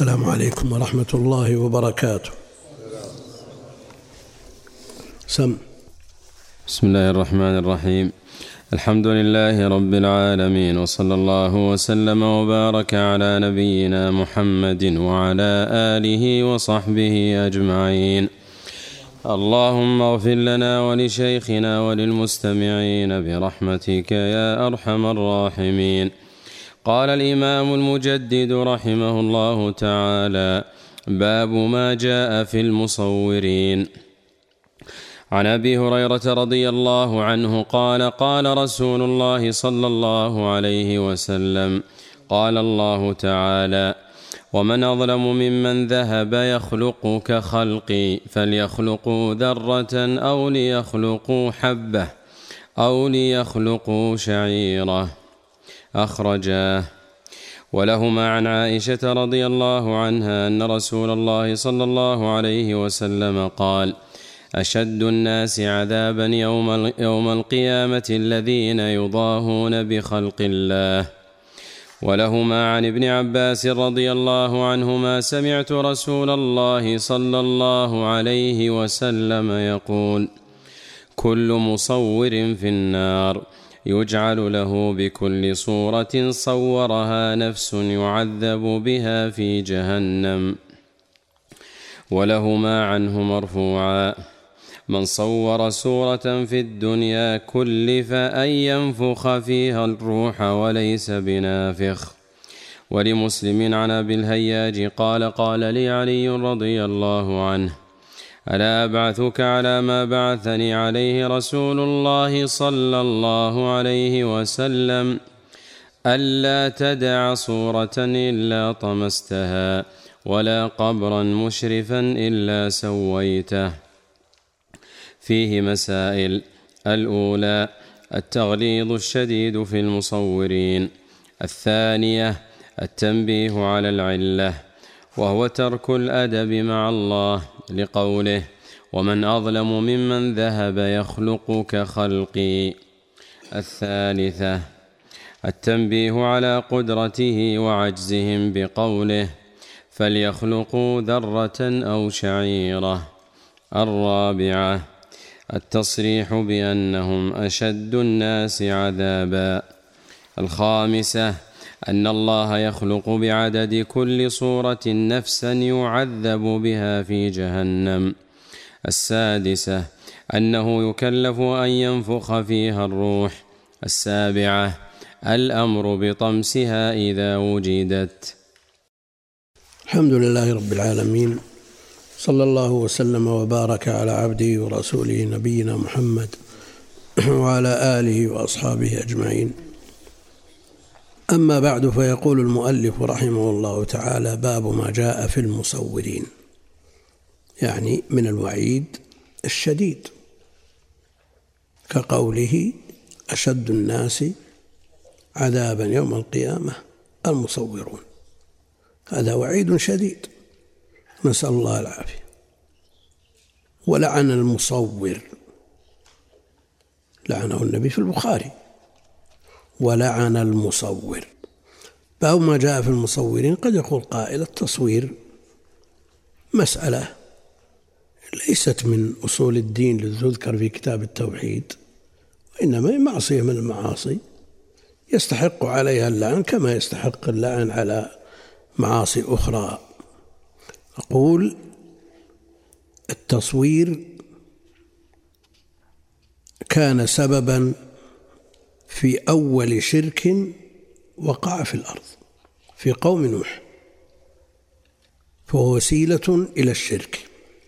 السلام عليكم ورحمة الله وبركاته. بسم الله الرحمن الرحيم. الحمد لله رب العالمين، وصلى الله وسلم وبارك على نبينا محمد وعلى آله وصحبه أجمعين. اللهم اغفر لنا ولشيخنا وللمستمعين برحمتك يا أرحم الراحمين. قال الإمام المجدد رحمه الله تعالى: باب ما جاء في المصورين. عن أبي هريرة رضي الله عنه قال: قال رسول الله صلى الله عليه وسلم: قال الله تعالى: ومن أظلم ممن ذهب يخلق كخلقي فليخلقوا ذرة أو ليخلقوا حبة أو ليخلقوا شعيرة. أخرجاه. ولهما عن عائشة رضي الله عنها أن رسول الله صلى الله عليه وسلم قال: أشد الناس عذابا يوم القيامة الذين يضاهون بخلق الله. ولهما عن ابن عباس رضي الله عنهما: سمعت رسول الله صلى الله عليه وسلم يقول: كل مصور في النار، يجعل له بكل صورة صورها نفس يعذب بها في جهنم. ولهما عنه مرفوعا: من صور صورة في الدنيا كلف أن ينفخ فيها الروح وليس بنافخ. ولمسلم عن أبي الهياج قال: قال لي علي رضي الله عنه: ألا أبعثك على ما بعثني عليه رسول الله صلى الله عليه وسلم: ألا تدع صورة إلا طمستها ولا قبرا مشرفا إلا سويته. فيه مسائل: الأولى: التغليظ الشديد في المصورين. الثانية: التنبيه على العلة، وهو ترك الأدب مع الله، لقوله: ومن أظلم ممن ذهب يخلق كخلقي. الثالثة: التنبيه على قدرته وعجزهم، بقوله: فليخلقوا ذرة أو شعيرة. الرابعة: التصريح بأنهم أشد الناس عذابا. الخامسة: أن الله يخلق بعدد كل صورة نفسا يعذب بها في جهنم. السادسة: أنه يكلف أن ينفخ فيها الروح. السابعة: الأمر بطمسها إذا وجدت. الحمد لله رب العالمين، صلى الله وسلم وبارك على عبده ورسوله نبينا محمد وعلى آله وأصحابه أجمعين. أما بعد، فيقول المؤلف رحمه الله تعالى: باب ما جاء في المصورين، يعني من الوعيد الشديد، كقوله: أشد الناس عذابا يوم القيامة المصورون. هذا وعيد شديد، نسأل الله العافية. ولعن المصور، لعنه النبي في البخاري، ولعن المصور. باب ما جاء في المصورين. قد يقول قائل: التصوير مسألة ليست من أصول الدين لتذكر في كتاب التوحيد، وإنما هي معصية من المعاصي يستحق عليها اللعن كما يستحق اللعن على معاصي أخرى. أقول: التصوير كان سببا في أول شرك وقع في الأرض في قوم نوح، فهو وسيلة إلى الشرك،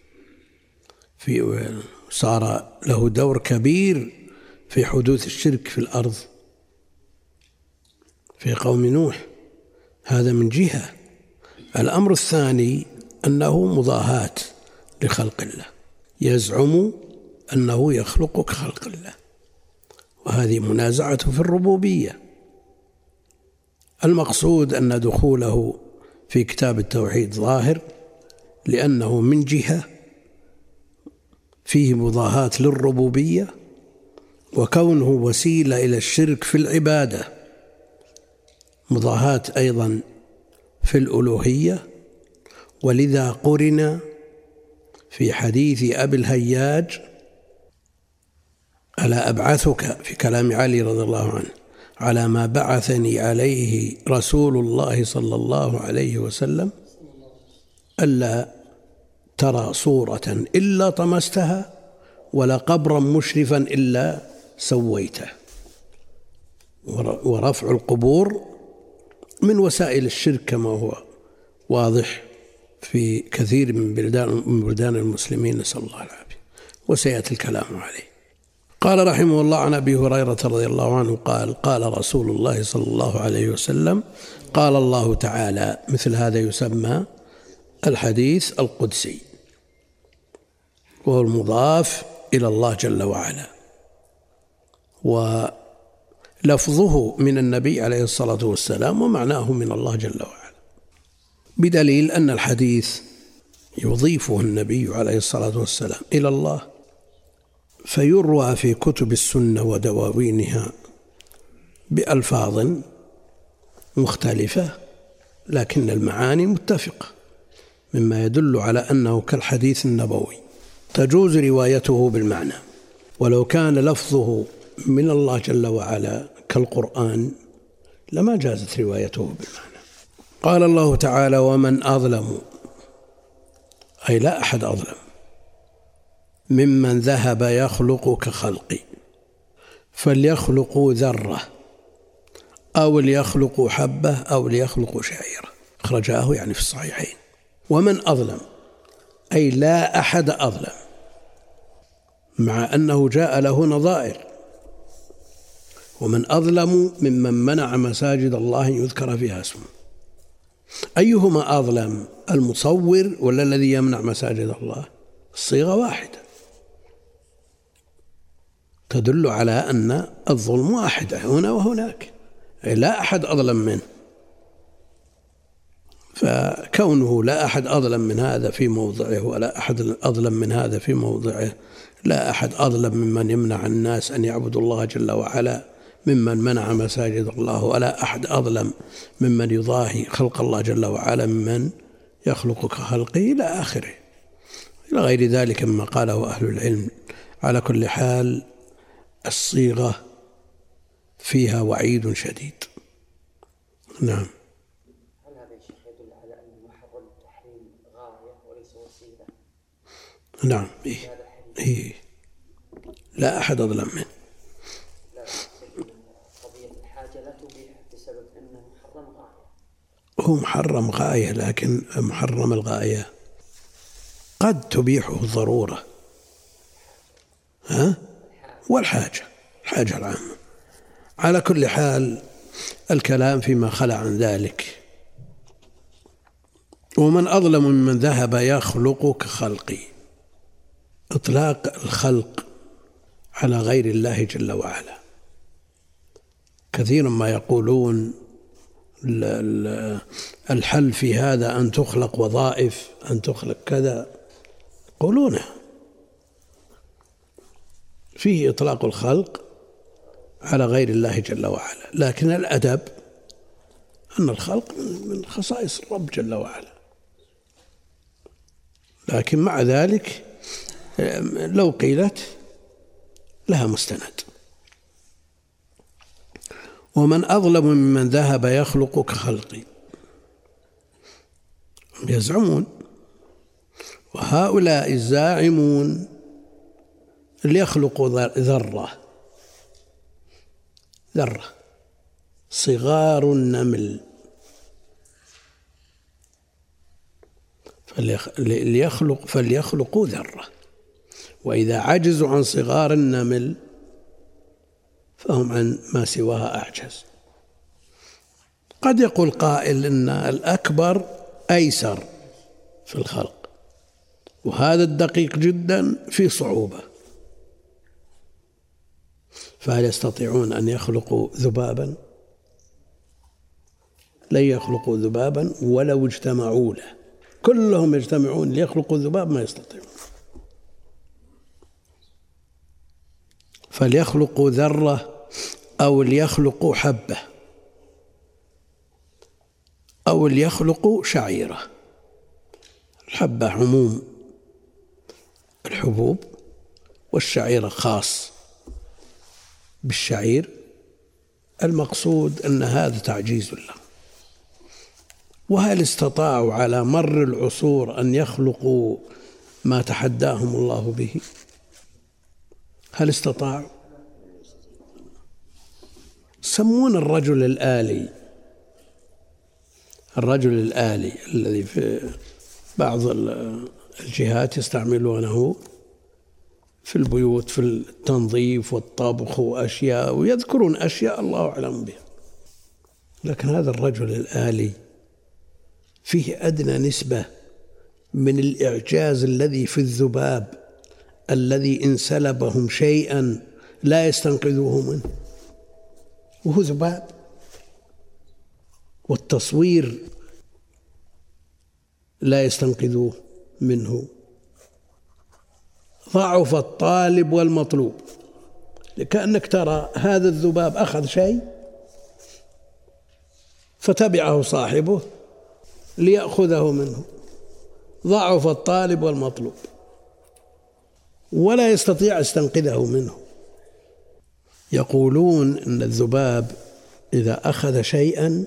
صار له دور كبير في حدوث الشرك في الأرض في قوم نوح. هذا من جهة. الأمر الثاني: أنه مضاهاة لخلق الله، يزعم أنه يخلق كخلق الله، وهذه منازعة في الربوبية. المقصود أن دخوله في كتاب التوحيد ظاهر، لأنه من جهة فيه مضاهاة للربوبية، وكونه وسيلة إلى الشرك في العبادة مضاهاة أيضا في الألوهية ولذا قرن في حديث أبي الهياج ألا أبعثك في كلام علي رضي الله عنه على ما بعثني عليه رسول الله صلى الله عليه وسلم ألا ترى صورة إلا طمستها ولا قبرا مشرفا إلا سويته. ورفع القبور من وسائل الشرك كما هو واضح في كثير من بلدان المسلمين، نسأل الله العافية، وسيأتي الكلام عليه. قال رحمه الله عن أبي هريرة رضي الله عنه قال قال رسول الله صلى الله عليه وسلم قال الله تعالى، مثل هذا يسمى الحديث القدسي، وهو المضاف إلى الله جل وعلا، ولفظه من النبي عليه الصلاة والسلام ومعناه من الله جل وعلا، بدليل أن الحديث يضيفه النبي عليه الصلاة والسلام إلى الله، فيروى في كتب السنة ودواوينها بألفاظ مختلفة لكن المعاني متفقة، مما يدل على أنه كالحديث النبوي تجوز روايته بالمعنى، ولو كان لفظه من الله جل وعلا كالقرآن لما جازت روايته بالمعنى. قال الله تعالى ومن أظلم، أي لا أحد أظلم، ممن ذهب يخلق كخلقي، فليخلقوا ذرة أو ليخلقوا حبة أو ليخلقوا شعيرة، أخرجاه يعني في الصحيحين. ومن أظلم أي لا أحد أظلم، مع أنه جاء له نظائر. ومن أظلم ممن منع مساجد الله يذكر فيها اسمه. أيهما أظلم، المصور ولا الذي يمنع مساجد الله؟ الصيغة واحدة تدل على أن الظلم واحدة هنا وهناك، أي لا أحد أظلم منه. فكونه لا أحد أظلم من هذا في موضعه ولا أحد أظلم من هذا في موضعه، لا أحد أظلم ممن يمنع الناس أن يعبدوا الله جل وعلا ممن منع مساجد الله، ولا أحد أظلم ممن يضاهي خلق الله جل وعلا ممن يخلق كخلقه إلى آخره، إلى غير ذلك مما قاله أهل العلم. على كل حال الصيغة فيها وعيد شديد. نعم. هل هذا الشيخ يدل على أن محرم التحريم غاية وليس وسيلة؟ نعم. إيه. لا أحد أظلم منه. لا، قضية الحاجة لا تبيح بسبب أنه محرم غاية. هو محرم غاية، لكن محرم الغاية قد تبيحه الضرورة، والحاجة، الحاجة العامة. على كل حال الكلام فيما خلا عن ذلك. ومن أظلم ممن ذهب يخلق كخلقي، إطلاق الخلق على غير الله جل وعلا. كثيرا ما يقولون الحل في هذا أن تخلق وظائف، أن تخلق كذا، يقولونه فيه إطلاق الخلق على غير الله جل وعلا، لكن الأدب أن الخلق من خصائص الرب جل وعلا. لكن مع ذلك لو قيلت لها مستند. ومن أظلم ممن ذهب يخلق كخلقي، يزعمون، وهؤلاء الزاعمون ليخلقوا ذرة صغار النمل، فليخلقوا ذرة، وإذا عجزوا عن صغار النمل فهم عن ما سواها أعجز. قد يقول قائل إن الأكبر أيسر في الخلق، وهذا الدقيق جدا في صعوبة، فهل يستطيعون أن يخلقوا ذبابا؟ لن يخلقوا ذبابا ولو اجتمعوا له، كلهم يجتمعون ليخلقوا ذباب ما يستطيعون. فليخلقوا ذرة أو ليخلقوا حبة أو ليخلقوا شعيرة، الحبة عموم الحبوب، والشعيرة خاص بالشعير. المقصود أن هذا تعجيز له. وهل استطاعوا على مر العصور أن يخلقوا ما تحداهم الله به؟ هل استطاعوا؟ سمون الرجل الآلي الذي في بعض الجهات يستعملونه في البيوت في التنظيف والطبخ وأشياء، ويذكرون أشياء الله أعلم بها. لكن هذا الرجل الآلي فيه أدنى نسبة من الإعجاز الذي في الذباب الذي إن سلبهم شيئا لا يستنقذوه منه، وهو ذباب. والتصوير لا يستنقذوه منه. ضعف الطالب والمطلوب، لكأنك ترى هذا الذباب أخذ شيء فتبعه صاحبه ليأخذه منه. ضعف الطالب والمطلوب ولا يستطيع استنقذه منه. يقولون أن الذباب إذا أخذ شيئا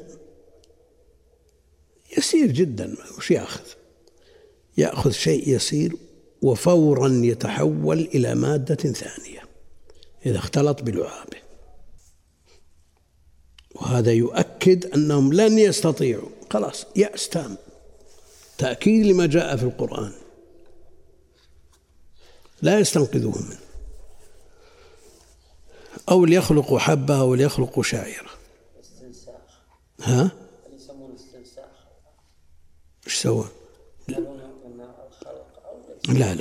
يسير جدا، وش يأخذ شيء يسير وفورا يتحول إلى مادة ثانية إذا اختلط بلعابه. وهذا يؤكد أنهم لن يستطيعوا، خلاص يأس تام، تأكيد لما جاء في القرآن، لا يستنقذوه منه. أو ليخلقوا حبة أو ليخلقوا شعيرة. استنساخ. ها؟ يسمونه استنساخ. إيش سوى؟ لا.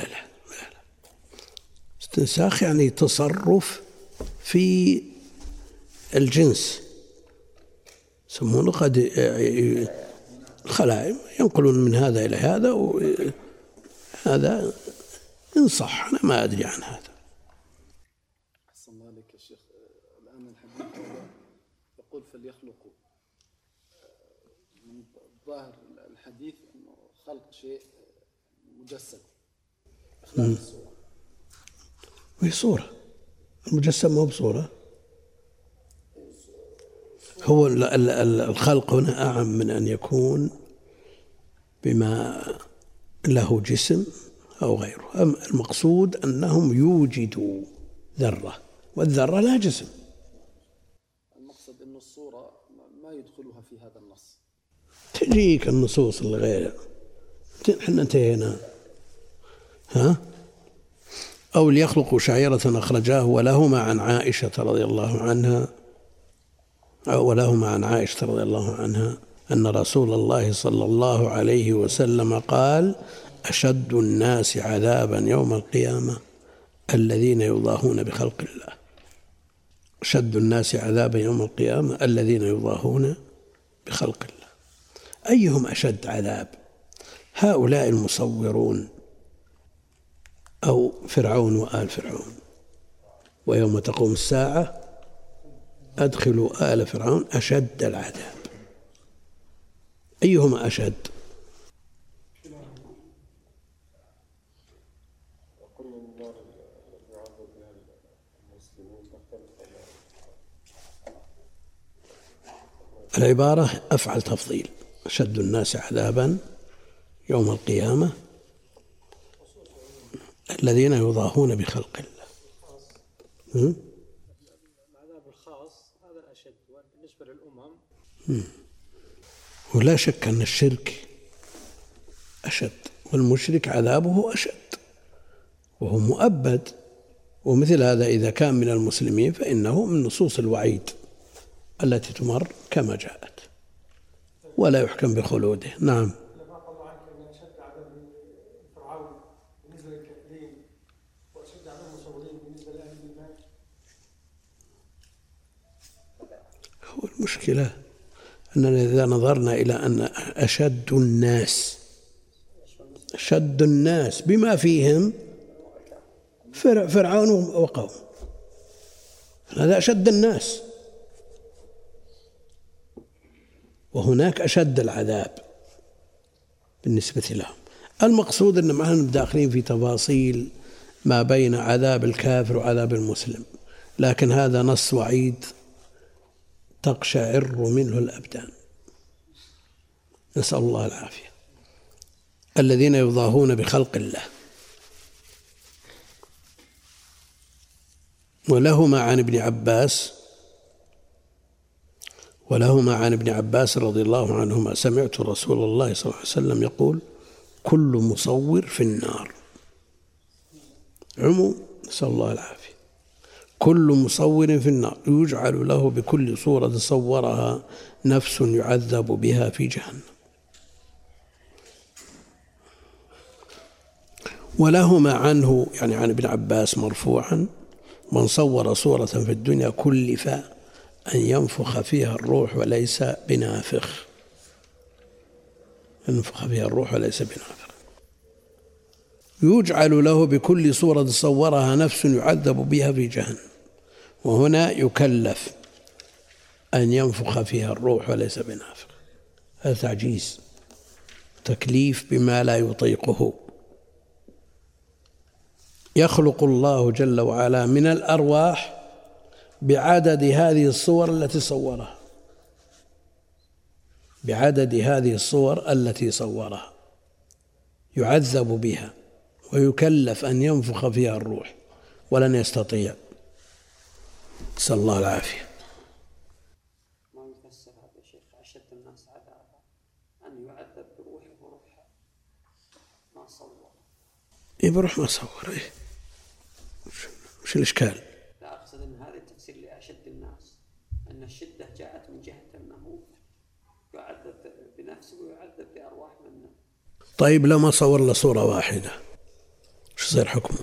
استنساخ يعني تصرف في الجنس، يسمونه قد الخلايا ينقلون من هذا إلى هذا، وهذا إن صح، أنا ما أدري عن هذا. أحسن الله عليك يا شيخ. الآن الحديث يقول فليخلقوا، من ظاهر الحديث أنه خلق شيء مجسد، إخلاق الصورة. وهي صورة، المجسم ما هو بصورة. هو الخلق هنا أعم من أن يكون بما له جسم أو غيره. المقصود أنهم يوجدوا ذرة، والذرة لا جسم. المقصد أن الصورة ما يدخلها في هذا النص. تجيك النصوص الغير، احنا انتهينا. ها؟ أو ليخلقوا شعيرة أخرجاه ولهما عن عائشة رضي الله عنها أن رسول الله صلى الله عليه وسلم قال: أشد الناس عذابا يوم القيامة الذين يضاهون بخلق الله. أشد الناس عذابا يوم القيامة الذين يضاهون بخلق الله. أيهم أشد عذاب؟ هؤلاء المصورون أو فرعون وآل فرعون؟ ويوم تقوم الساعة أدخلوا آل فرعون أشد العذاب. أيهما أشد؟ العبارة أفعل تفضيل: أشد الناس عذابا يوم القيامة الذين يضاهون بخلق الله. العذاب الخاص هذا الأشد، بالنسبة للأمم ولا شك أن الشرك أشد، والمشرك عذابه أشد وهو مؤبد. ومثل هذا إذا كان من المسلمين فإنه من نصوص الوعيد التي تمر كما جاءت ولا يحكم بخلوده. نعم. هو المشكلة أننا إذا نظرنا إلى أن أشد الناس بما فيهم فرعون وقوم، هذا أشد الناس، وهناك أشد العذاب بالنسبة لهم. المقصود أن معنا داخلين في تفاصيل ما بين عذاب الكافر وعذاب المسلم، لكن هذا نص وعيد تقشعر منه الأبدان، نسأل الله العافية. الذين يضاهون بخلق الله. ولهما عن ابن عباس رضي الله عنهما سمعت رسول الله صلى الله عليه وسلم يقول: كل مصور في النار. عموم، نسأل الله العافية. كل مصور في النار يجعل له بكل صورة صورها نفس يعذب بها في جهنم. ولهما عنه، يعني عن ابن عباس مرفوعا: من صور صورة في الدنيا كلف أن ينفخ فيها الروح وليس بنافخ. ينفخ فيها الروح وليس بنافخ. يجعل له بكل صورة صورها نفس يعذب بها في جهنم. وهنا يكلف أن ينفخ فيها الروح وليس بنافخ. هذا تعجيز، تكليف بما لا يطيقه. يخلق الله جل وعلا من الأرواح بعدد هذه الصور التي صورها، بعدد هذه الصور التي صورها يعذب بها ويكلف أن ينفخ فيها الروح ولن يستطيع، نسأل الله العافية. ما يفسر هذا يا شيخ أشد الناس عذابا أن يعذب بروحه وروحه ما صور. بروح ما صور. وش الإشكال؟ لا أقصد أن هذا التفسير لأشد الناس، أن الشدة جاءت من جهة أنه يعذب بنفسه ويعذب بأرواح منه. طيب لو ما صور له صورة واحدة شو يصير حكمه؟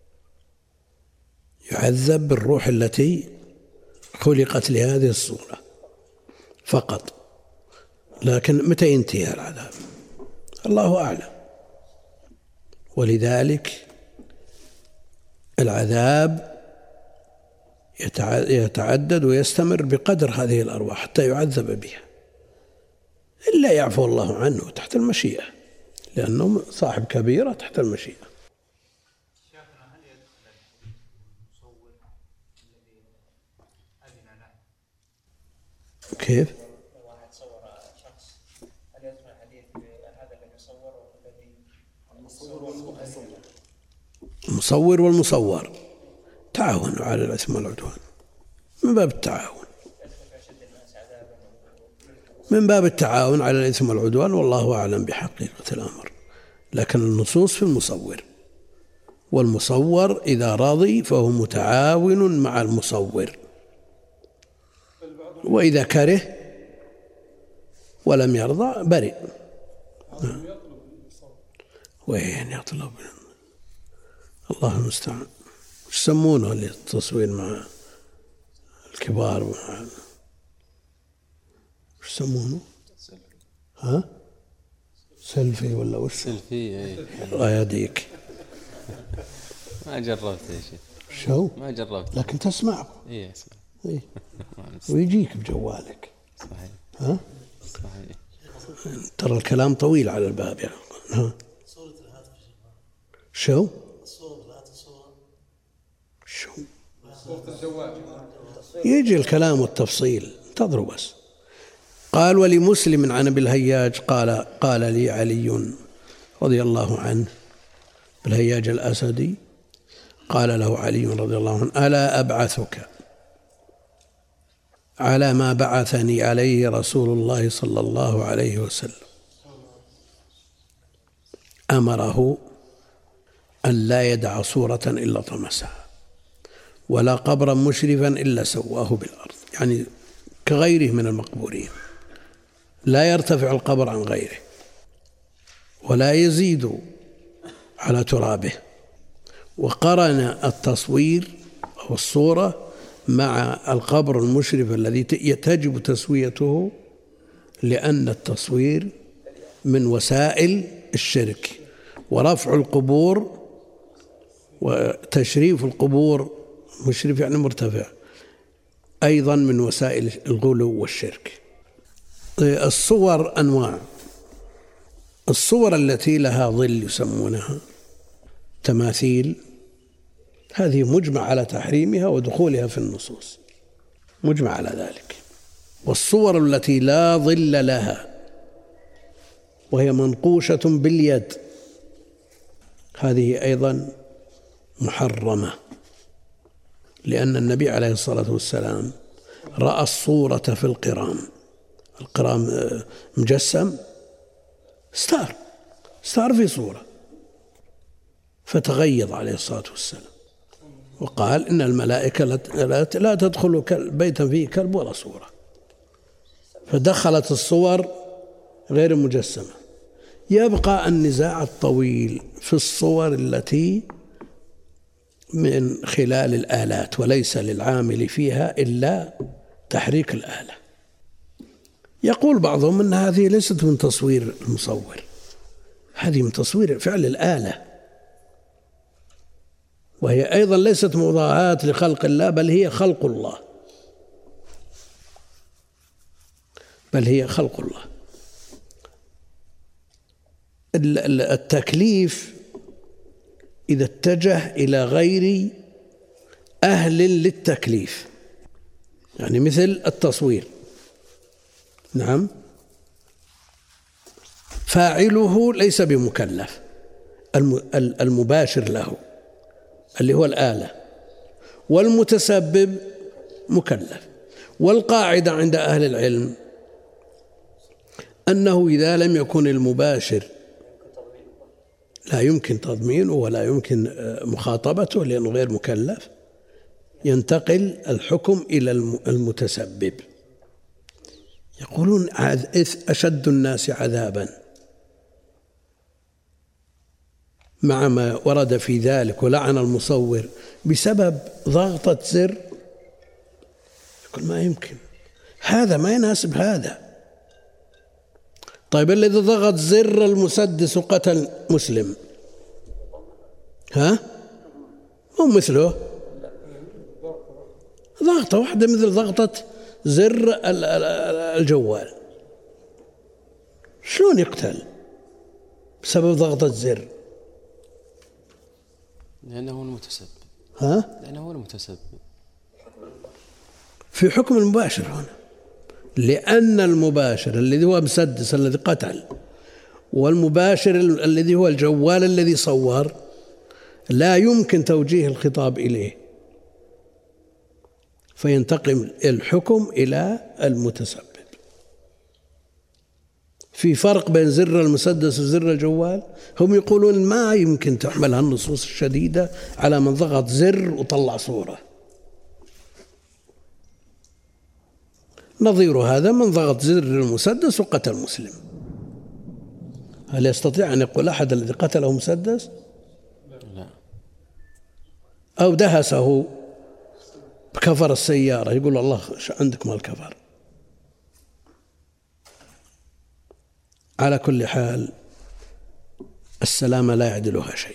يعذب بالروح التي خلقت لهذه الصورة فقط، لكن متى ينتهي العذاب؟ الله أعلم. ولذلك العذاب يتعدد ويستمر بقدر هذه الأرواح حتى يعذب بها، إلا يعفو الله عنه تحت المشيئة، لأنه صاحب كبيرة تحت المشيئة. شيخنا، هل يدخل المصور الذي أذن له؟ كيف؟ لو واحد صور شخص، هل يدخل الحديث هذا الذي يصور والذي المصور والمصور تعاونوا على الإثم والعدوان، من باب التعاون، من باب التعاون على الإثم والعدوان، والله أعلم بحقيقة الأمر. لكن النصوص في المصور، والمصور إذا رضي فهو متعاون مع المصور، وإذا كره ولم يرضى برئ. وين يطلب؟ الله المستعان. وش يسمونه اللي التصوير مع الكبار؟ مع وش يسمونه؟ ها؟ سيلفي ولا وش؟ سيلفي. الله يهديك. ما جربت يا شيخ. شو؟ ما جربت. لكن تسمع. إيه اسمع. إيه. ويجيك بجوالك. صحيح. ها؟ صحيح. ترى الكلام طويل على الباب يا ها؟ صورة الهاتف. شو؟ صورة الهاتف. شو؟ صورة الجوال. يجي الكلام والتفصيل، انتظروا بس. قال: ولمسلم عن ابي الهياج قال لي علي رضي الله عنه، بالهياج الأسدي، قال له علي رضي الله عنه: ألا أبعثك على ما بعثني عليه رسول الله صلى الله عليه وسلم؟ أمره أن لا يدع صورة إلا طمسها، ولا قبرا مشرفا إلا سواه بالأرض، يعني كغيره من المقبورين، لا يرتفع القبر عن غيره ولا يزيد على ترابه. وقرن التصوير أو الصورة مع القبر المشرف الذي تجب تسويته، لأن التصوير من وسائل الشرك، ورفع القبور وتشريف القبور، مشرف يعني مرتفع، أيضا من وسائل الغلو والشرك. الصور أنواع: الصور التي لها ظل يسمونها تماثيل، هذه مجمع على تحريمها ودخولها في النصوص، مجمع على ذلك. والصور التي لا ظل لها وهي منقوشة باليد، هذه أيضا محرمة، لأن النبي عليه الصلاة والسلام رأى الصورة في القرام مجسم، ستار في صورة، فتغيظ عليه الصلاة والسلام وقال إن الملائكة لا تدخل بيتا فيه كلب ولا صورة، فدخلت الصور غير مجسمة. يبقى النزاع الطويل في الصور التي من خلال الآلات وليس للعامل فيها إلا تحريك الآلة. يقول بعضهم أن هذه ليست من تصوير المصور، هذه من تصوير فعل الآلة، وهي أيضا ليست مضاهاة لخلق الله، بل هي خلق الله، التكليف إذا اتجه إلى غير أهل للتكليف، يعني مثل التصوير، نعم، فاعله ليس بمكلف، المباشر له اللي هو الآلة، والمتسبب مكلف. والقاعدة عند أهل العلم أنه إذا لم يكن المباشر لا يمكن تضمينه ولا يمكن مخاطبته لأنه غير مكلف، ينتقل الحكم إلى المتسبب. يقولون أشد الناس عذابا مع ما ورد في ذلك ولعن المصور بسبب ضغطة زر. يقول ما يمكن، هذا ما يناسب هذا. طيب الذي ضغط زر المسدس وقتل مسلم، مو مثله، ضغطة واحدة مثل ضغطة زر الجوال، شلون يقتل بسبب ضغطة زر؟ لأنه هو المتسبب. لأنه هو المتسبب في حكم المباشر هنا، لأن المباشر الذي هو مسدس الذي قتل، والمباشر الذي هو الجوال الذي صور، لا يمكن توجيه الخطاب إليه، فينتقل الحكم إلى المتسبب. في فرق بين زر المسدس وزر الجوال. هم يقولون ما يمكن تحمل هالنصوص الشديدة على من ضغط زر وطلع صورة. نظير هذا من ضغط زر المسدس وقتل مسلم، هل يستطيع أن يقول أحد الذي قتله مسدس؟ لا. أو دهسه بكفر السيارة يقول الله عندك مال كفر. على كل حال السلامة لا يعدلها شيء،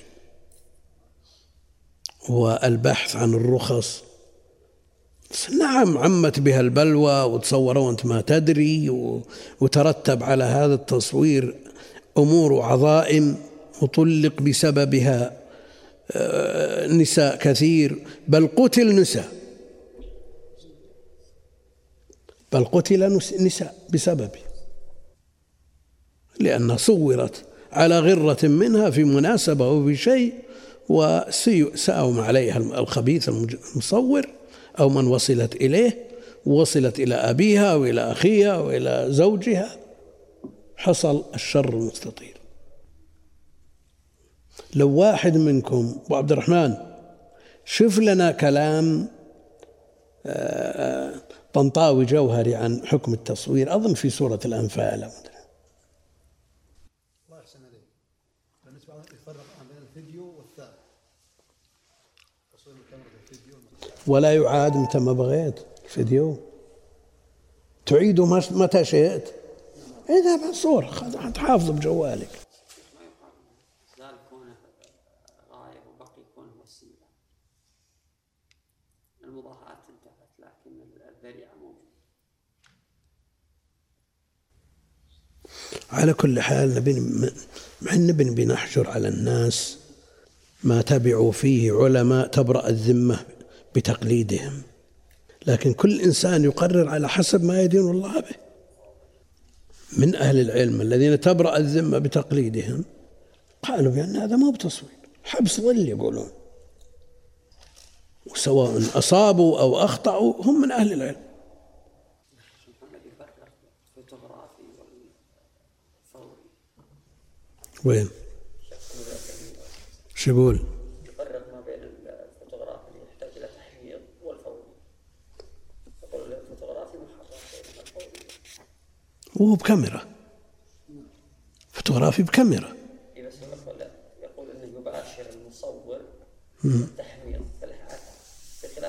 والبحث عن الرخص نعم عمت بها البلوى وتصور وأنت ما تدري، وترتب على هذا التصوير أمور عظائم وطلق بسببها نساء كثير، بل قتل نساء بسببه، لأنها صورت على غرة منها في مناسبة أو في شيء، وساوم عليها الخبيث المصور أو من وصلت إليه، ووصلت إلى أبيها وإلى أخيها وإلى زوجها، حصل الشر المستطير. لو واحد منكم أبو عبد الرحمن شوف لنا كلام طنطاوي جوهري عن حكم التصوير، أظن في سورة الأنفال. الله يحسن عليك. بالنسبة يفرق بين الفيديو والثالث، تصوير الكاميرا الفيديو ولا يعاد متى ما بغيت الفيديو، تعيده متى شئت. إذا بالصورة تحافظ بجوالك. زال كونه غاية وبقي كونه وسيلة. المضاهاة انتهت لكن الذريعة موجودة. على كل حال نبي نحجر على الناس ما تبعوا فيه علماء تبرأ الذمة بتقليدهم، لكن كل إنسان يقرر على حسب ما يدين الله به. من أهل العلم الذين تبرأ الذمة بتقليدهم قالوا بأن هذا ما بتصوير، حبس ظل يقولون، وسواء أصابوا أو أخطأوا هم من أهل العلم. وين؟ شو يقول؟ يفرق ما بين الفوتوغرافي اللي يحتاج إلى تحميض والفوري. يقول الفوتوغرافي محرم بين الفوري. وهو بكاميرا. فوتوغرافي بكاميرا. بس يقول إنه يباشر المصور التحميض بخلاف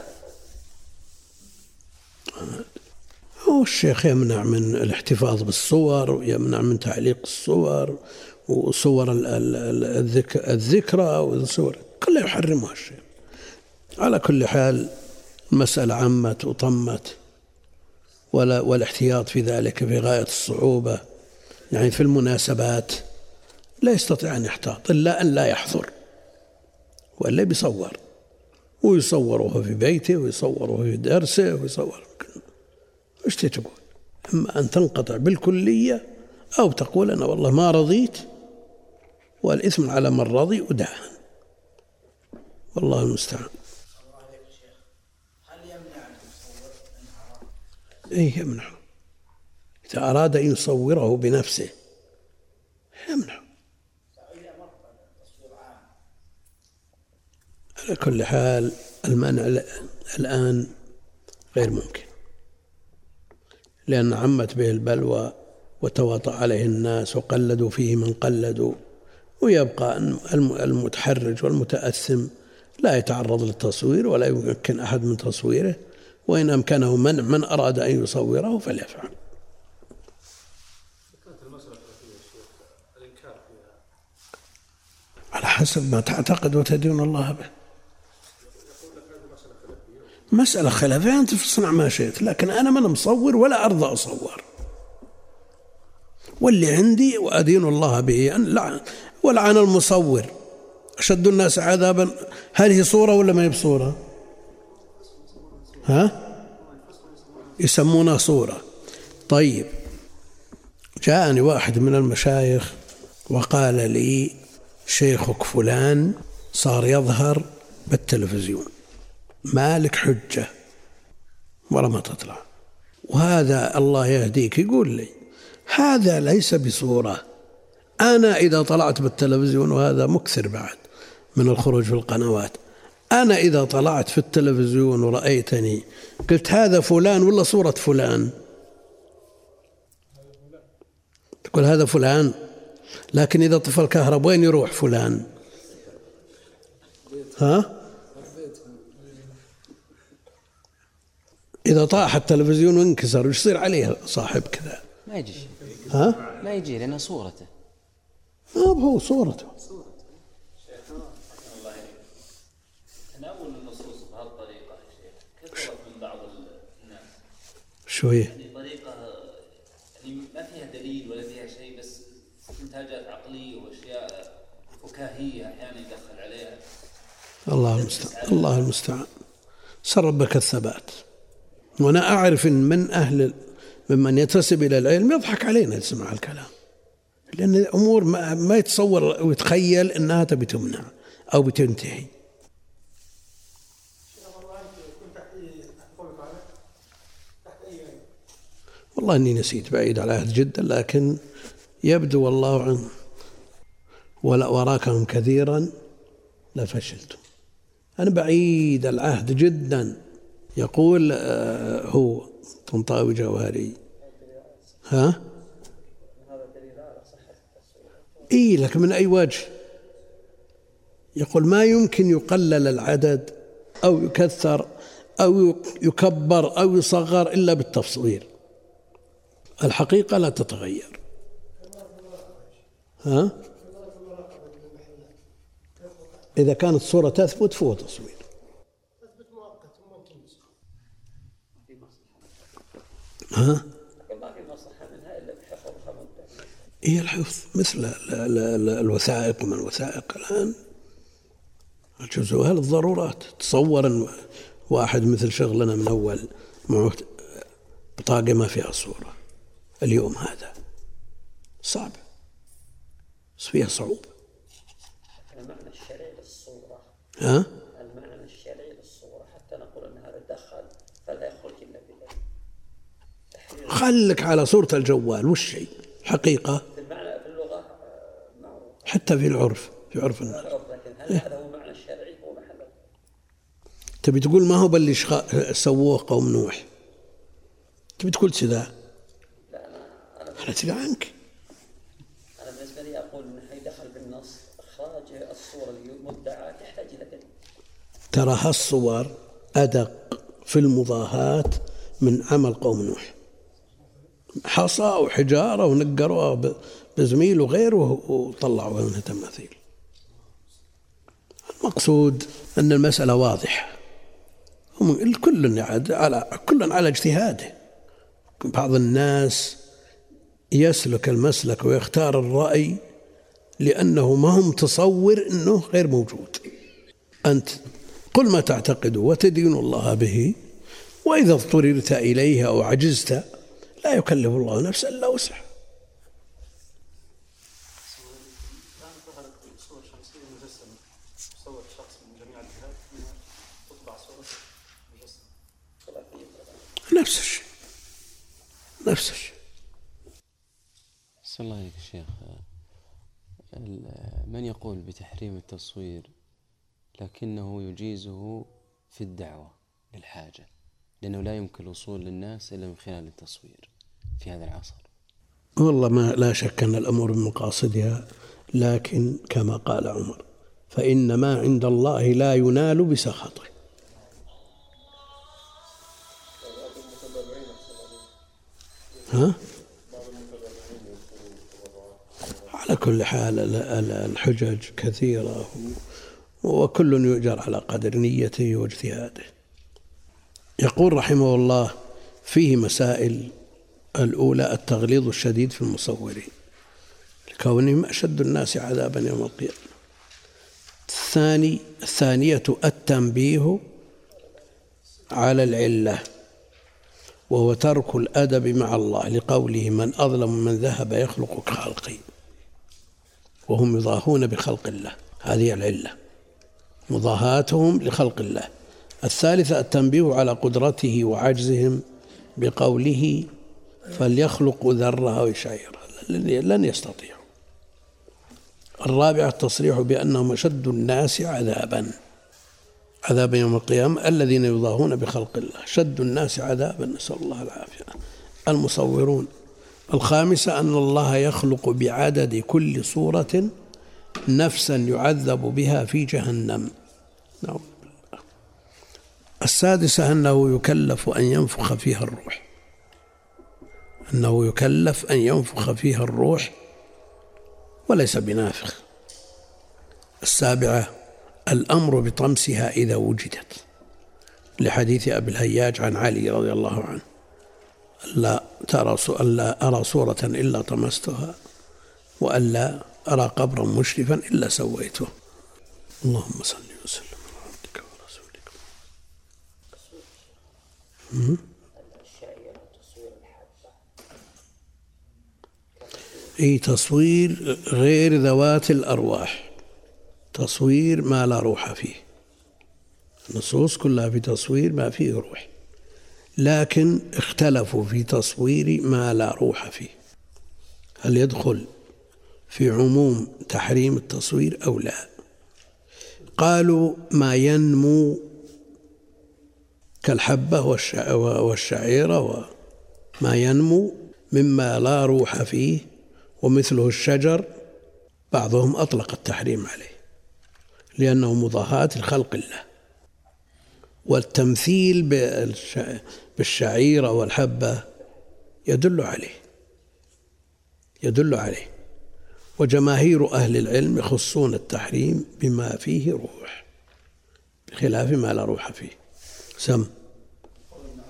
الفوري. هو الشيخ يمنع من الاحتفاظ بالصور ويمنع من تعليق الصور وصور الذكرى والصور كلها يحرمها الشيء. على كل حال المسألة عمت وطمت، والاحتياط في ذلك في غاية الصعوبة. يعني في المناسبات لا يستطيع أن يحتاط إلا أن لا يحضر، وإلا بيصور، ويصوره في بيته ويصوره في درسه ويصور. إيش تقول؟ إما أن تنقطع بالكلية أو تقول أنا والله ما رضيت والإثم على من رضي وداهن. والله المستعان. هل يمنع المصور إيه يمنع، إذا أراد أن يصوره بنفسه يمنع. على كل حال المنع الآن غير ممكن، لأن عمت به البلوى وتواطأ عليه الناس وقلدوا فيه من قلدوا، ويبقى المتحرج والمتأثم لا يتعرض للتصوير ولا يمكن أحد من تصويره، وإن أمكنه منع من أراد أن يصوره فليفعل. على حسب ما تعتقد وتدين الله به. مسألة خلافية، أنت تصنع ما شئت، لكن أنا من مصور ولا أرضى أصور، واللي عندي وأدين الله به أن ولعن المصور أشد الناس عذابا. هل هي صورة ولا ما هي بصورة؟ يسمونها صورة. طيب، جاءني واحد من المشايخ وقال لي شيخك فلان صار يظهر بالتلفزيون، مالك حجة ولا ما تطلع، وهذا الله يهديك يقول لي هذا ليس بصورة. أنا إذا طلعت بالتلفزيون، وهذا مكثر بعد من الخروج في القنوات، أنا إذا طلعت في التلفزيون ورأيتني قلت هذا فلان ولا صورة فلان، تقول هذا فلان، لكن إذا طفى الكهرب وين يروح فلان؟ إذا طاح التلفزيون وانكسر وش يصير عليه صاحب كذا؟ ما يجي. ما يجي لأنها صورته. هو صورته. تناول النصوص بهالطريقة كثرت من بعض الناس. شوية. يعني طريقة يعني ما فيها دليل ولا فيها شيء، بس استنتاجات عقلية وأشياء فكاهية أحيانا يدخل عليها. الله المستعان. الله المستعان. سر ربك الثبات. وأنا أعرف إن من أهل ممن ينتسب إلى العلم يضحك علينا يسمع الكلام، لأن الأمور ما يتصور ويتخيل أنها تبي تمنع أو بتنتهي. والله أني نسيت، بعيد على العهد جدا، لكن يبدو والله عنه ولا وراكهم كثيرا لفشلتم. أنا بعيد العهد جدا. يقول هو طنطاوي جوهري إيه، لك من أي وجه؟ يقول ما يمكن يقلل العدد أو يكثر أو يكبر أو يصغر إلا بالتصوير. الحقيقة لا تتغير. إذا كانت الصورة تثبت فهو تصوير. هي الحفظ مثل الوثائق ومن الوثائق الآن جزءها للضرورات. تصور أن واحد مثل شغلنا من أول معه بطاقة ما فيها صورة اليوم، هذا صعب، فيها صعوبة. المعنى الشرعي للصورة، المعنى الشرعي للصورة حتى نقول أن هذا دخل فلا يخرج إلا بالله. خلك على صورة الجوال وش شيء حقيقة المعنى في اللغة معروف، حتى في العرف، في عرف الناس. لكن هل هذا هو معنى الشرعي هو محله؟ تبي تقول ما هو باللي سووه قوم نوح، تبي تقول كذا؟ لا أنا تدري عنك. أنا بالنسبة لي أقول أنه يدخل بالنص إخراج الصورة المدعاة تحتاج إلى دليل. ترى هالصور أدق في المضاهاة من عمل قوم نوح، حصى وحجارة ونقروها بزميل وغيره وطلعوا منها تماثيل. المقصود أن المسألة واضحة، كل على اجتهاده. بعض الناس يسلك المسلك ويختار الرأي لأنه ما هم تصور أنه غير موجود. أنت قل ما تعتقد وتدين الله به، وإذا اضطررت إليه أو عجزت لا يكلف الله نفسا إلا وسعها. نفس الشيء. صلى الله عليك الشيخ، من يقول بتحريم التصوير لكنه يجيزه في الدعوة للحاجة، لأنه لا يمكن الوصول للناس إلا من خلال التصوير في هذا العصر؟ والله ما لا شك أن الأمور من مقاصدها، لكن كما قال عمر فإن ما عند الله لا ينال بسخطه. على كل حال الحجج كثيرة وكل يؤجر على قدر نيته واجتهاده. يقول رحمه الله فيه مسائل: الأولى التغليظ الشديد في المصورين لكونهم أشد الناس عذابا يوم القيامة. الثانية التنبيه على العلة، وهو ترك الأدب مع الله لقوله: من أظلم من ذهب يخلق كخلقي، وهم يضاهون بخلق الله. هذه العلة، مضاهاتهم لخلق الله. الثالثة التنبيه على قدرته وعجزهم بقوله: فليخلقوا ذرها وشعيرها، لن يستطيعوا. الرابعة التصريح بأنهم أشد الناس عذابا يوم القيامة الذين يضاهون بخلق الله، شد الناس عذابا، نسأل الله العافية، المصورون. الخامسة أن الله يخلق بعدد كل صورة نفسا يعذب بها في جهنم. نعم. السادسة أنه يكلف أن ينفخ فيها الروح، وليس بنافخ. السابعة الأمر بطمسها إذا وجدت، لحديث أبي الهياج عن علي رضي الله عنه: لا أرى صورة إلا طمستها، وألا أرى قبرا مشرفا إلا سويته. اللهم صل وسلم على عبدك ورسولك. تصوير غير ذوات الأرواح، تصوير ما لا روح فيه. النصوص كلها في تصوير ما فيه روح، لكن اختلفوا في تصوير ما لا روح فيه، هل يدخل في عموم تحريم التصوير أو لا؟ قالوا ما ينمو كالحبة والشعيرة وما ينمو مما لا روح فيه ومثله الشجر، بعضهم أطلق التحريم عليه لأنه مضاهاة لخلق الله. والتمثيل بالشعيرة والحبة يدل عليه. وجماهير أهل العلم يخصون التحريم بما فيه روح بخلاف ما لا روح فيه. سم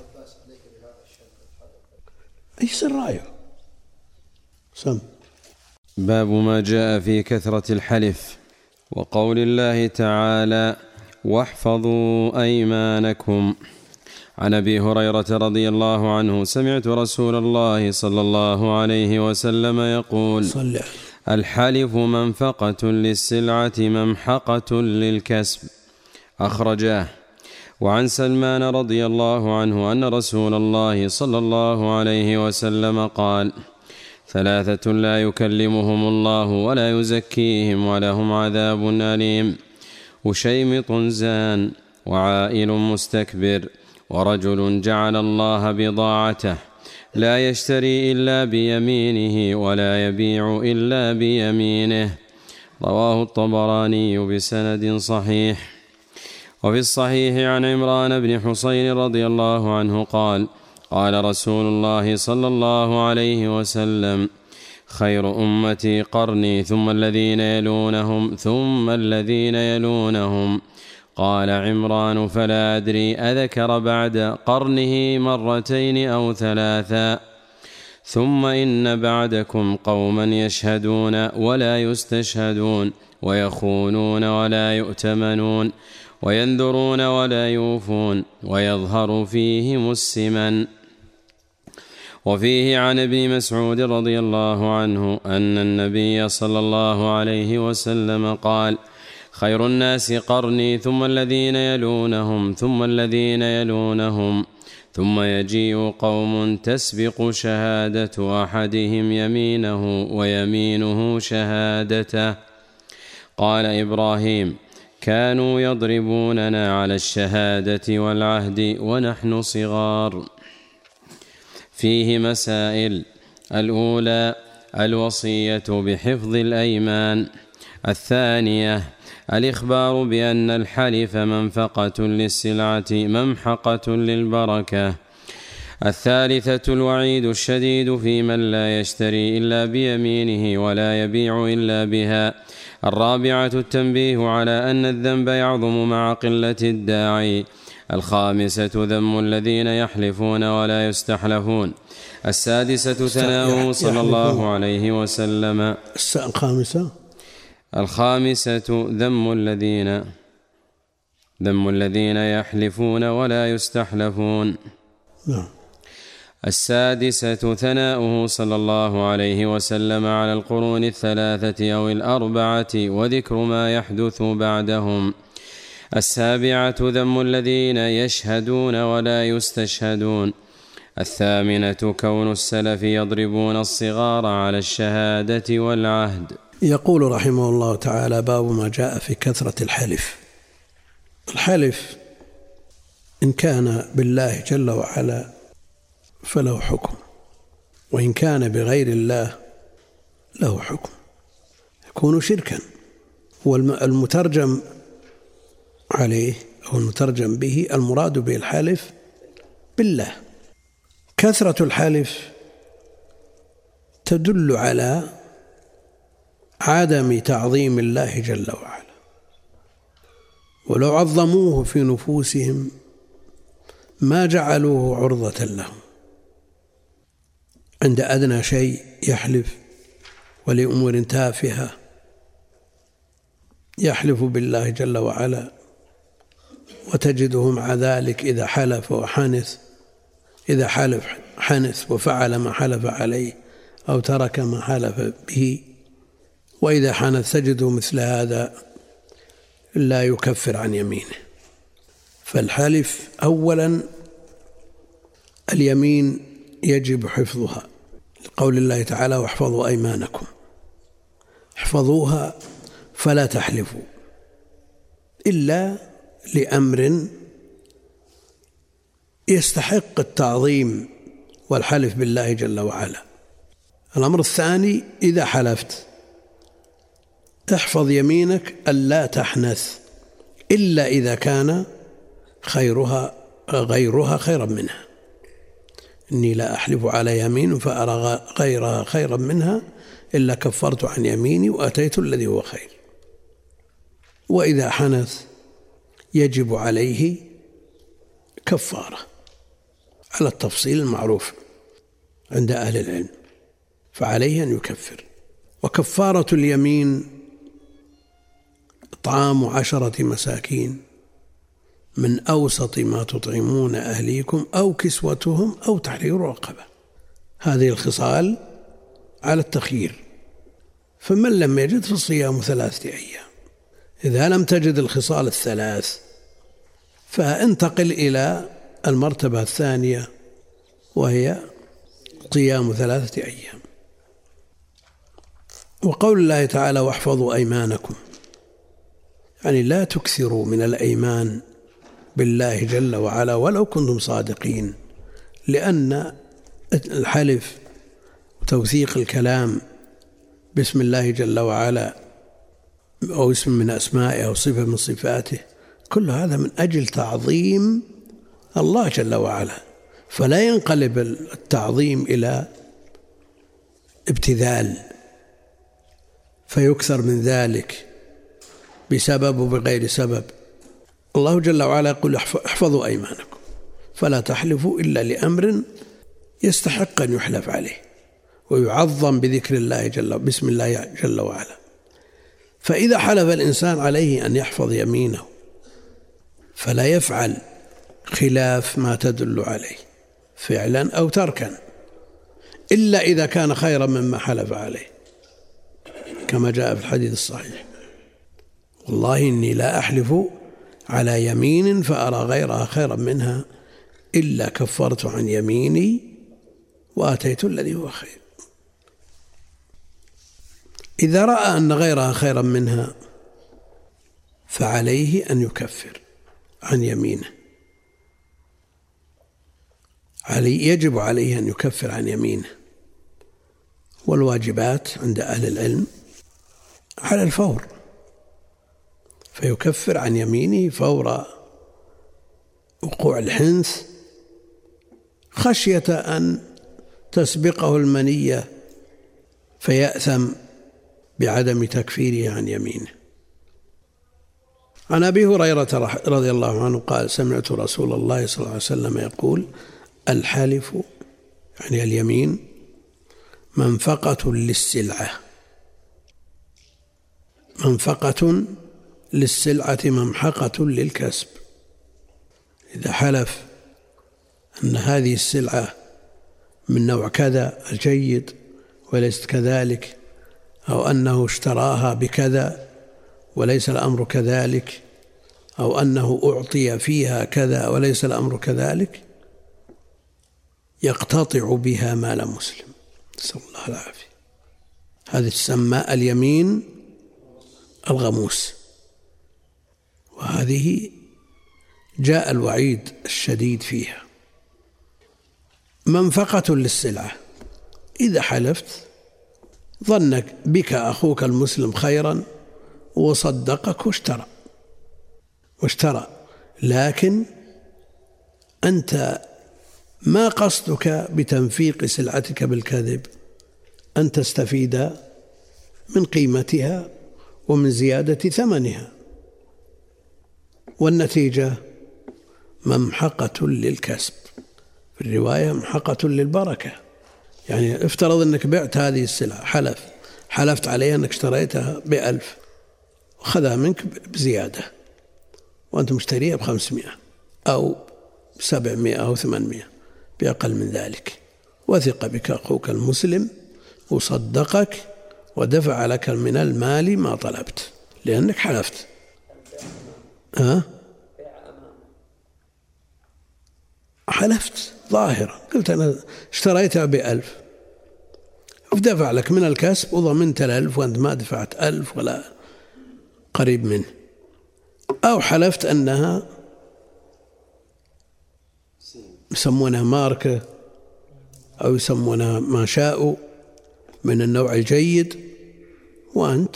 أي سر رأيه؟ سم باب ما جاء في كثرة الحلف وقول الله تعالى واحفظوا أيمانكم. عن أبي هريرة رضي الله عنه سمعت رسول الله صلى الله عليه وسلم يقول الحلف منفقة للسلعة ممحقة للكسب، أخرجاه. وعن سلمان رضي الله عنه أن رسول الله صلى الله عليه وسلم قال 3 لا يكلمهم الله ولا يزكيهم ولهم عذاب أليم: وشيمط زان، وعائل مستكبر، ورجل جعل الله بضاعته لا يشتري إلا بيمينه ولا يبيع إلا بيمينه. رواه الطبراني بسند صحيح. وفي الصحيح عن عمران بن حصين رضي الله عنه قال قال رسول الله صلى الله عليه وسلم خير أمتي قرني ثم الذين يلونهم ثم الذين يلونهم. قال عمران فلا أدري أذكر بعد قرنه 2 أو 3. ثم إن بعدكم قوما يشهدون ولا يستشهدون، ويخونون ولا يؤتمنون، وينذرون ولا يوفون، ويظهر فيهم السمن. وفيه عن ابن مسعود رضي الله عنه أن النبي صلى الله عليه وسلم قال خير الناس قرني ثم الذين يلونهم ثم الذين يلونهم، ثم يجيء قوم تسبق شهادة أحدهم يمينه ويمينه شهادته. قال إبراهيم كانوا يضربوننا على الشهادة والعهد ونحن صغار. فيه مسائل: الأولى الوصية بحفظ الأيمان. الثانية الإخبار بأن الحلف منفقة للسلعة ممحقة للبركة. الثالثة الوعيد الشديد في من لا يشتري إلا بيمينه ولا يبيع إلا بها. الرابعة التنبيه على أن الذنب يعظم مع قلة الداعي. الخامسة ذم الذين يحلفون ولا يستحلفون. السادسة ثناؤه صلى الله عليه وسلم. الخامسة ذم الذين يحلفون ولا يستحلفون. السادسة ثناؤه صلى الله عليه وسلم على القرون 3 أو 4 وذكر ما يحدث بعدهم. السابعة ذم الذين يشهدون ولا يستشهدون. الثامنة كون السلف يضربون الصغار على الشهادة والعهد. يقول رحمه الله تعالى باب ما جاء في كثرة الحلف. الحلف إن كان بالله جل وعلا فله حكم، وإن كان بغير الله له حكم، يكون شركا. والمترجم عليه أو المترجم به المراد به الحلف بالله. كثرة الحلف تدل على عدم تعظيم الله جل وعلا، ولو عظموه في نفوسهم ما جعلوه عرضة لهم. عند أدنى شيء يحلف، ولأمور تافهة يحلف بالله جل وعلا، وتجده مع ذلك إذا حلف حنث وفعل ما حلف عليه أو ترك ما حلف به. وإذا حنث تجده مثل هذا لا يكفر عن يمينه. فالحلف أولا اليمين يجب حفظها، لقول الله تعالى واحفظوا أيمانكم، احفظوها فلا تحلفوا إلا لأمر يستحق التعظيم والحلف بالله جل وعلا. الأمر الثاني إذا حلفت احفظ يمينك ألا تحنث إلا إذا كان غيرها خيرا منها. إني لا أحلف على يمين فأرى غيرها خيرا منها إلا كفرت عن يميني وأتيت الذي هو خير. وإذا حنث يجب عليه كفارة على التفصيل المعروف عند أهل العلم، فعليه أن يكفر. وكفارة اليمين إطعام 10 مساكين من أوسط ما تطعمون أهليكم أو كسوتهم أو تحرير رقبة. هذه الخصال على التخيير. فمن لم يجد فصيام 3 أيام. إذا لم تجد الخصال الثلاث فانتقل إلى المرتبة الثانية وهي صيام 3 أيام. وقول الله تعالى واحفظوا أيمانكم، يعني لا تكثروا من الأيمان بالله جل وعلا ولو كنتم صادقين، لأن الحلف وتوثيق الكلام باسم الله جل وعلا أو اسم من أسمائه أو صفة من صفاته، كل هذا من أجل تعظيم الله جل وعلا، فلا ينقلب التعظيم إلى ابتذال فيكثر من ذلك بسبب وبغير سبب. الله جل وعلا يقول احفظوا أيمانكم فلا تحلفوا إلا لأمر يستحق أن يحلف عليه ويعظم بذكر الله باسم الله جل وعلا. فإذا حلف الإنسان عليه أن يحفظ يمينه فلا يفعل خلاف ما تدل عليه فعلا أو تركا، إلا إذا كان خيرا مما حلف عليه، كما جاء في الحديث الصحيح: والله إني لا أحلف على يمين فأرى غيرها خيرا منها إلا كفرت عن يميني وآتيت الذي هو خير. إذا رأى أن غيرها خيرا منها فعليه أن يكفر عن يمينه، يجب عليه أن يكفر عن يمينه. والواجبات عند أهل العلم على الفور، فيكفر عن يمينه فور وقوع الحنث خشية أن تسبقه المنية فيأثم بعدم تكفيره عن يمينه. عن أبي هريرة رضي الله عنه قال: سمعت رسول الله صلى الله عليه وسلم يقول: الحلف يعني اليمين منفقة للسلعة، منفقة للسلعة ممحقة للكسب. إذا حلف أن هذه السلعة من نوع كذا الجيد وليست كذلك، أو أنه اشتراها بكذا وليس الأمر كذلك، أو أنه أعطي فيها كذا وليس الأمر كذلك، يقتطع بها مال مسلم، نسأل الله العافية. هذه تسمى اليمين الغموس، وهذه جاء الوعيد الشديد فيها. منفقة للسلعة، إذا حلفت ظنك بك أخوك المسلم خيرا وصدقك واشترى، لكن أنت ما قصدك بتنفيق سلعتك بالكذب أن تستفيد من قيمتها ومن زيادة ثمنها، والنتيجة ممحقة للكسب، في الرواية ممحقة للبركة. يعني افترض أنك بعت هذه السلعة، حلفت عليها أنك اشتريتها ب1000 وخذها منك بزيادة وأنت مشتريها ب500 أو 700 أو 800 بأقل من ذلك، وثق بك أخوك المسلم وصدقك ودفع لك من المال ما طلبت لأنك حلفت. حلفت ظاهرا، قلت أنا اشتريتها ب1000 ودفع لك من الكسب وضمنت 1000 وأنت ما دفعت 1000 ولا قريب منه. أو حلفت أنها يسمونها ماركة أو يسمونها ما شاءوا من النوع الجيد، وأنت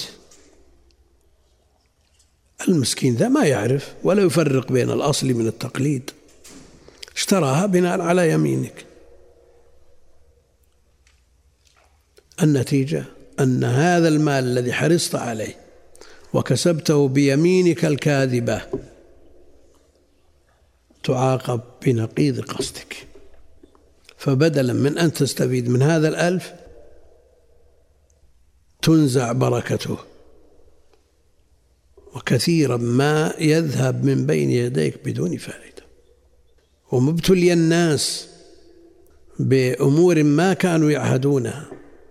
المسكين ذا ما يعرف ولا يفرق بين الأصل من التقليد، اشتراها بناء على يمينك. النتيجة أن هذا المال الذي حرصت عليه وكسبته بيمينك الكاذبة تعاقب بنقيض قصدك، فبدلا من أن تستفيد من هذا 1000 تنزع بركته، وكثيرا ما يذهب من بين يديك بدون فائدة. ومبتلي الناس بأمور ما كانوا يعهدونها،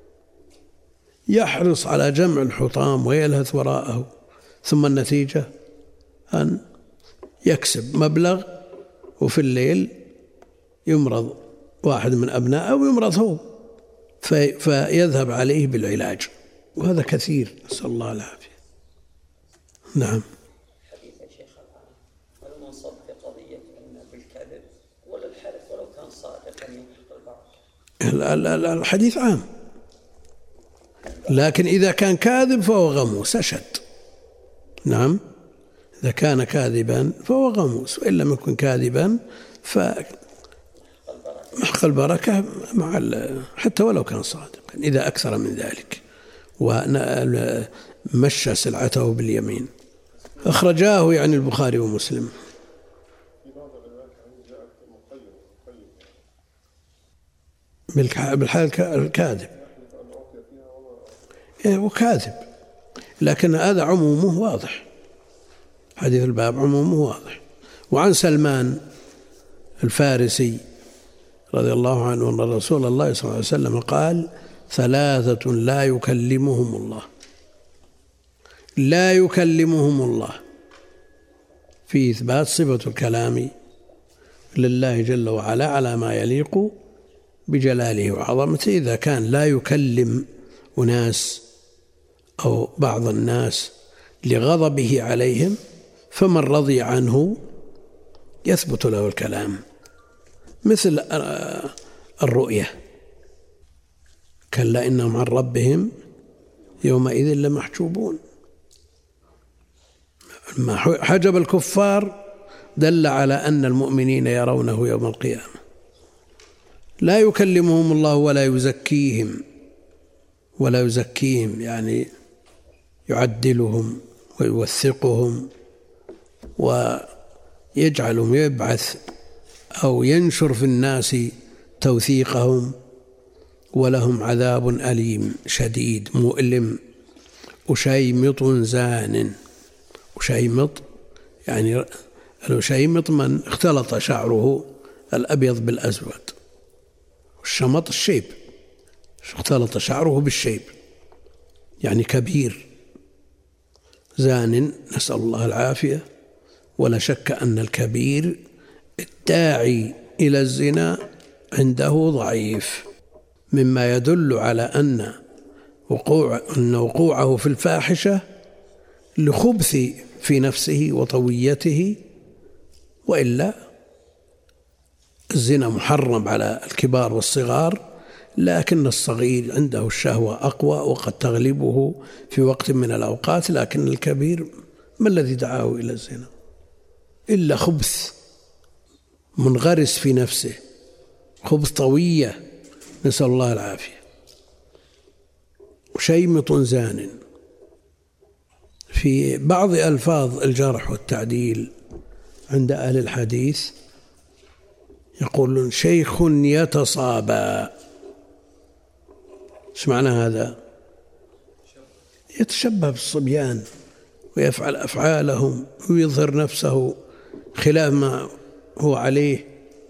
يحرص على جمع الحطام ويلهث وراءه، ثم النتيجة أن يكسب مبلغ وفي الليل يمرض واحد من أبنائه أو يمرض هو فيذهب عليه بالعلاج، وهذا كثير، نسأل الله العافية. نعم. حديث يا شيخ الآن هل ننصب في قضية أن بالكذب ولا الحلف ولو كان صادقا يحقق البركة؟ الحديث عام، لكن إذا كان كاذب فهو غموس أشد. نعم، إذا كان كاذبا فهو غموس، وإن لم يكن كاذبا فمحق البركة مع حتى ولو كان صادقا إذا أكثر من ذلك ومشى سلعته باليمين. أخرجاه يعني البخاري ومسلم. بالحال الكاذب وكاذب، لكن هذا عمومه واضح، حديث الباب عمومه واضح. وعن سلمان الفارسي رضي الله عنه أن رسول الله صلى الله عليه وسلم قال: 3 لا يكلمهم الله، لا يكلمهم الله، في إثبات صفة الكلام لله جل وعلا على ما يليق بجلاله وعظمته. إذا كان لا يكلم أناس أو بعض الناس لغضبه عليهم، فمن رضي عنه يثبت له الكلام، مثل الرؤية: كلا إنهم عن ربهم يومئذ لمحجوبون. ما حجب الكفار دل على أن المؤمنين يرونه يوم القيامة. لا يكلمهم الله ولا يزكيهم، ولا يزكيهم يعني يعدلهم ويوثقهم ويجعلهم يبعث أو ينشر في الناس توثيقهم، ولهم عذاب أليم شديد مؤلم. أشيمط زان، أشيمط يعني الأشيمط من اختلط شعره الأبيض بالأسود، والشمط الشيب، اختلط شعره بالشيب يعني كبير. زان نسأل الله العافية. ولا شك أن الكبير الداعي إلى الزنا عنده ضعيف، مما يدل على أن وقوعه في الفاحشة لخبث في نفسه وطويته، وإلا الزنا محرم على الكبار والصغار، لكن الصغير عنده الشهوة أقوى وقد تغلبه في وقت من الأوقات، لكن الكبير ما الذي دعاه إلى الزنا إلا خبث منغرس في نفسه، خبث طوية، نسأل الله العافية. شيمط زان. في بعض ألفاظ الجرح والتعديل عند أهل الحديث يقولون شيخ يتصابى. ايش معنى هذا؟ يتشبه بالصبيان ويفعل أفعالهم ويظهر نفسه خلاف ما هو عليه.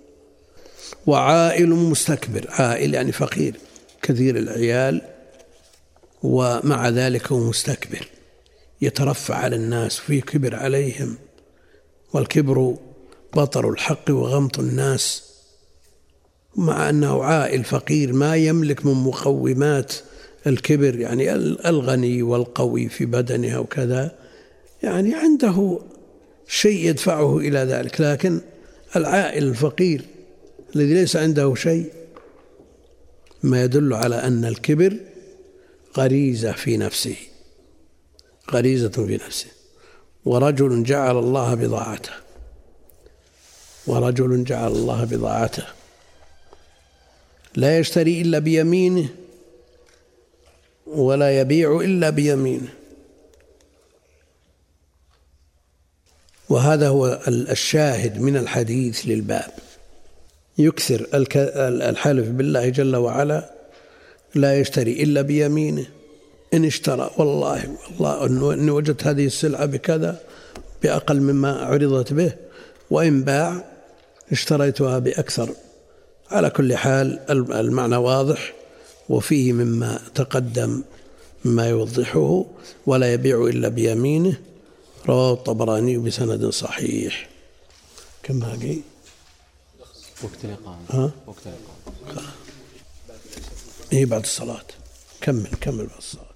وعائل مستكبر، عائل يعني فقير كثير العيال، ومع ذلك هو مستكبر يترفع على الناس وفيه كبر عليهم، والكبر بطر الحق وغمط الناس، مع أنه عائل فقير ما يملك من مقومات الكبر، يعني الغني والقوي في بدنه وكذا، يعني عنده شيء يدفعه إلى ذلك. لكن العائل الفقير الذي ليس عنده شيء، ما يدل على أن الكبر غريزة في نفسه، غريزة في نفسه. ورجل جعل الله بضاعته، ورجل جعل الله بضاعته لا يشتري إلا بيمينه ولا يبيع إلا بيمينه. وهذا هو الشاهد من الحديث للباب، يكثر الحلف بالله جل وعلا، لا يشتري إلا بيمينه إن اشترى والله إني وجدت هذه السلعة بكذا بأقل مما عرضت به، وإن باع اشتريتها بأكثر. على كل حال المعنى واضح، وفيه مما تقدم مما يوضحه. ولا يبيع إلا بيمينه، رواه الطبراني بسند صحيح. كم باقي؟ وقت الإقامة. وقت الإقامة. إيه بعد الصلاة. كمل بعد الصلاة.